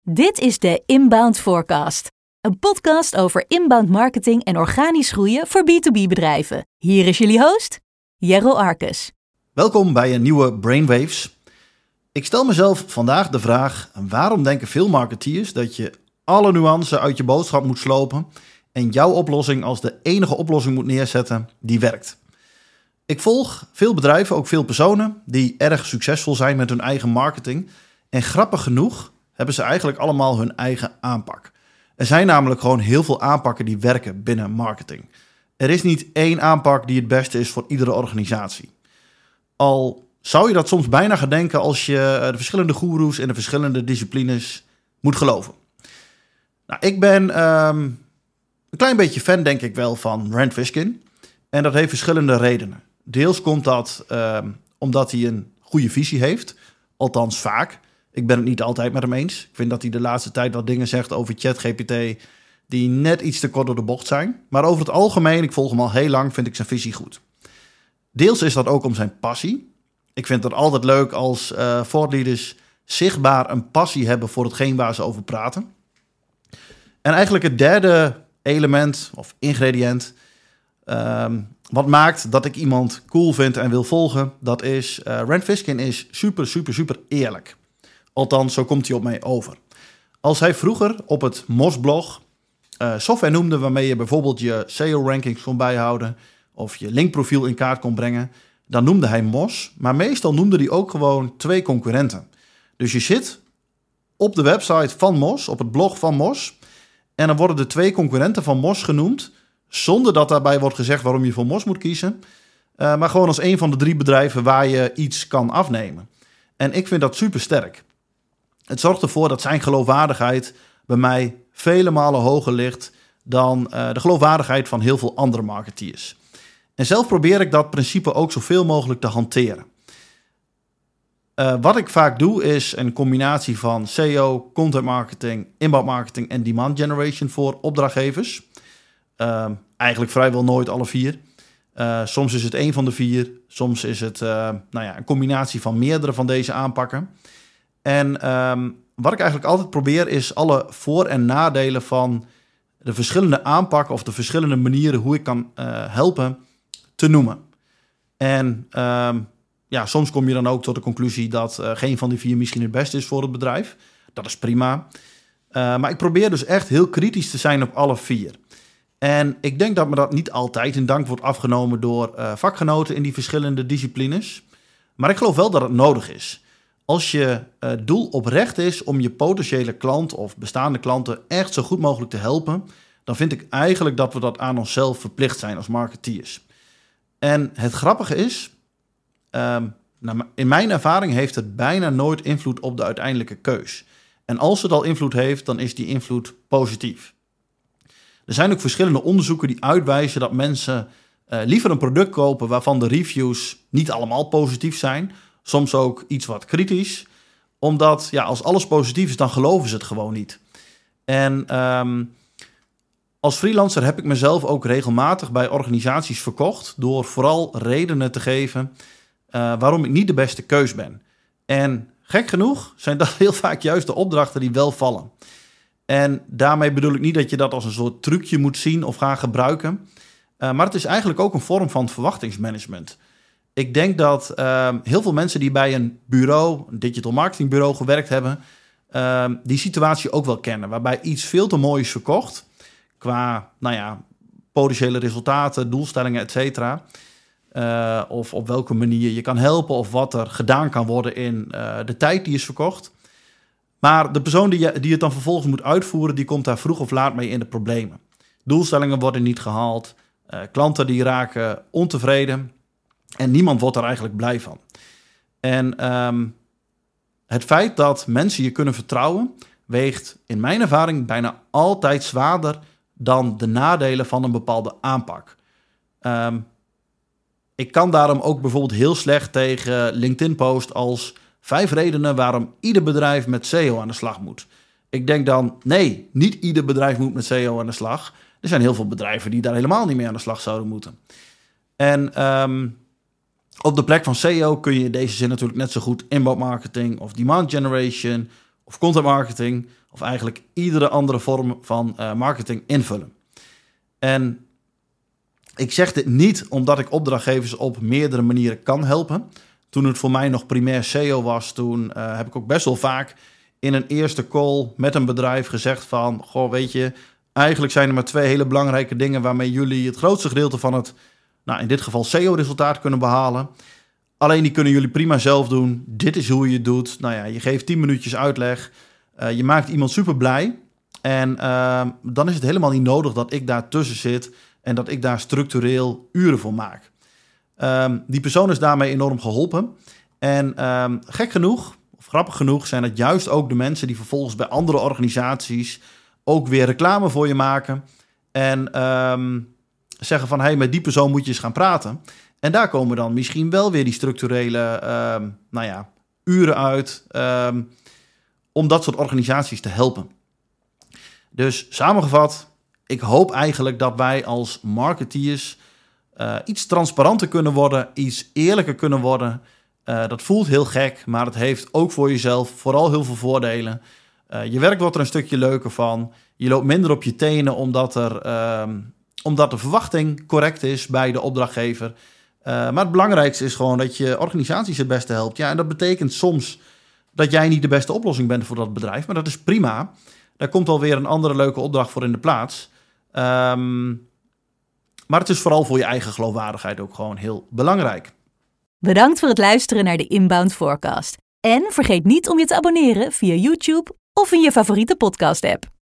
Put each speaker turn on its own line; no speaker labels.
Dit is de Inbound Forecast, een podcast over inbound marketing en organisch groeien voor B2B bedrijven. Hier is jullie host, Jero Arcus.
Welkom bij een nieuwe Brainwaves. Ik stel mezelf vandaag de vraag: waarom denken veel marketeers dat je alle nuances uit je boodschap moet slopen en jouw oplossing als de enige oplossing moet neerzetten die werkt? Ik volg veel bedrijven, ook veel personen, die erg succesvol zijn met hun eigen marketing. En grappig genoeg hebben ze eigenlijk allemaal hun eigen aanpak. Er zijn namelijk gewoon heel veel aanpakken die werken binnen marketing. Er is niet één aanpak die het beste is voor iedere organisatie. Al zou je dat soms bijna gaan denken als je de verschillende goeroes en de verschillende disciplines moet geloven. Nou, ik ben een klein beetje fan, denk ik wel, van Rand Fishkin. En dat heeft verschillende redenen. Deels komt dat omdat hij een goede visie heeft. Althans vaak. Ik ben het niet altijd met hem eens. Ik vind dat hij de laatste tijd wat dingen zegt over ChatGPT die net iets te kort door de bocht zijn. Maar over het algemeen, ik volg hem al heel lang, vind ik zijn visie goed. Deels is dat ook om zijn passie. Ik vind het altijd leuk als thought-leaders zichtbaar een passie hebben voor hetgeen waar ze over praten. En eigenlijk het derde element of ingrediënt wat maakt dat ik iemand cool vind en wil volgen, dat is Rand Fishkin is super eerlijk. Althans, zo komt hij op mij over. Als hij vroeger op het Moz-blog software noemde waarmee je bijvoorbeeld je SEO-rankings kon bijhouden of je linkprofiel in kaart kon brengen, dan noemde hij Moz, maar meestal noemde hij ook gewoon twee concurrenten. Dus je zit op de website van Moz, op het blog van Moz, en dan worden de twee concurrenten van Moz genoemd, zonder dat daarbij wordt gezegd waarom je voor Moz moet kiezen, maar gewoon als een van de 3 bedrijven waar je iets kan afnemen. En ik vind dat super sterk. Het zorgt ervoor dat zijn geloofwaardigheid bij mij vele malen hoger ligt dan de geloofwaardigheid van heel veel andere marketeers. En zelf probeer ik dat principe ook zoveel mogelijk te hanteren. Wat ik vaak doe is een combinatie van SEO, content marketing, inbound marketing en demand generation voor opdrachtgevers. Eigenlijk vrijwel nooit alle 4. Soms is het 1 van de 4. Soms is het een combinatie van meerdere van deze aanpakken. En wat ik eigenlijk altijd probeer is alle voor- en nadelen van de verschillende aanpakken of de verschillende manieren hoe ik kan helpen te noemen. En soms kom je dan ook tot de conclusie dat geen van die 4 misschien het beste is voor het bedrijf. Dat is prima. Maar ik probeer dus echt heel kritisch te zijn op alle 4. En ik denk dat me dat niet altijd in dank wordt afgenomen door vakgenoten in die verschillende disciplines. Maar ik geloof wel dat het nodig is. Als je doel oprecht is om je potentiële klant of bestaande klanten echt zo goed mogelijk te helpen, dan vind ik eigenlijk dat we dat aan onszelf verplicht zijn als marketeers. En het grappige is, in mijn ervaring heeft het bijna nooit invloed op de uiteindelijke keus. En als het al invloed heeft, dan is die invloed positief. Er zijn ook verschillende onderzoeken die uitwijzen dat mensen liever een product kopen waarvan de reviews niet allemaal positief zijn. Soms ook iets wat kritisch. Omdat als alles positief is, dan geloven ze het gewoon niet. En als freelancer heb ik mezelf ook regelmatig bij organisaties verkocht door vooral redenen te geven waarom ik niet de beste keus ben. En gek genoeg zijn dat heel vaak juist de opdrachten die wel vallen. En daarmee bedoel ik niet dat je dat als een soort trucje moet zien of gaan gebruiken. Maar het is eigenlijk ook een vorm van verwachtingsmanagement. Ik denk dat heel veel mensen die bij een bureau, een digital marketing bureau gewerkt hebben, die situatie ook wel kennen. Waarbij iets veel te mooi is verkocht qua potentiële resultaten, doelstellingen, et cetera. Of op welke manier je kan helpen of wat er gedaan kan worden in de tijd die is verkocht. Maar de persoon die het dan vervolgens moet uitvoeren, die komt daar vroeg of laat mee in de problemen. Doelstellingen worden niet gehaald, klanten die raken ontevreden en niemand wordt er eigenlijk blij van. En het feit dat mensen je kunnen vertrouwen, weegt in mijn ervaring bijna altijd zwaarder dan de nadelen van een bepaalde aanpak. Ik kan daarom ook bijvoorbeeld heel slecht tegen LinkedIn-post als 5 redenen waarom ieder bedrijf met SEO aan de slag moet. Ik denk dan, nee, niet ieder bedrijf moet met SEO aan de slag. Er zijn heel veel bedrijven die daar helemaal niet mee aan de slag zouden moeten. En op de plek van SEO kun je in deze zin natuurlijk net zo goed inbound marketing of demand generation of content marketing of eigenlijk iedere andere vorm van marketing invullen. En ik zeg dit niet omdat ik opdrachtgevers op meerdere manieren kan helpen. Toen het voor mij nog primair SEO was, toen heb ik ook best wel vaak in een eerste call met een bedrijf gezegd van, goh, weet je, eigenlijk zijn er maar 2 hele belangrijke dingen waarmee jullie het grootste gedeelte van het, in dit geval SEO-resultaat kunnen behalen. Alleen die kunnen jullie prima zelf doen. Dit is hoe je het doet. Je geeft 10 minuutjes uitleg. Je maakt iemand super blij. En dan is het helemaal niet nodig dat ik daar tussen zit en dat ik daar structureel uren voor maak. Die persoon is daarmee enorm geholpen. En gek genoeg, of grappig genoeg, zijn het juist ook de mensen die vervolgens bij andere organisaties ook weer reclame voor je maken. En zeggen van, hey, met die persoon moet je eens gaan praten. En daar komen dan misschien wel weer die structurele uren uit om dat soort organisaties te helpen. Dus samengevat, ik hoop eigenlijk dat wij als marketeers iets transparanter kunnen worden, iets eerlijker kunnen worden. Dat voelt heel gek, maar het heeft ook voor jezelf vooral heel veel voordelen. Je werk wordt er een stukje leuker van. Je loopt minder op je tenen omdat de verwachting correct is bij de opdrachtgever. Maar het belangrijkste is gewoon dat je organisaties het beste helpt. Ja, en dat betekent soms dat jij niet de beste oplossing bent voor dat bedrijf. Maar dat is prima. Daar komt alweer een andere leuke opdracht voor in de plaats. Maar het is vooral voor je eigen geloofwaardigheid ook gewoon heel belangrijk.
Bedankt voor het luisteren naar de Inbound Forecast. En vergeet niet om je te abonneren via YouTube of in je favoriete podcast-app.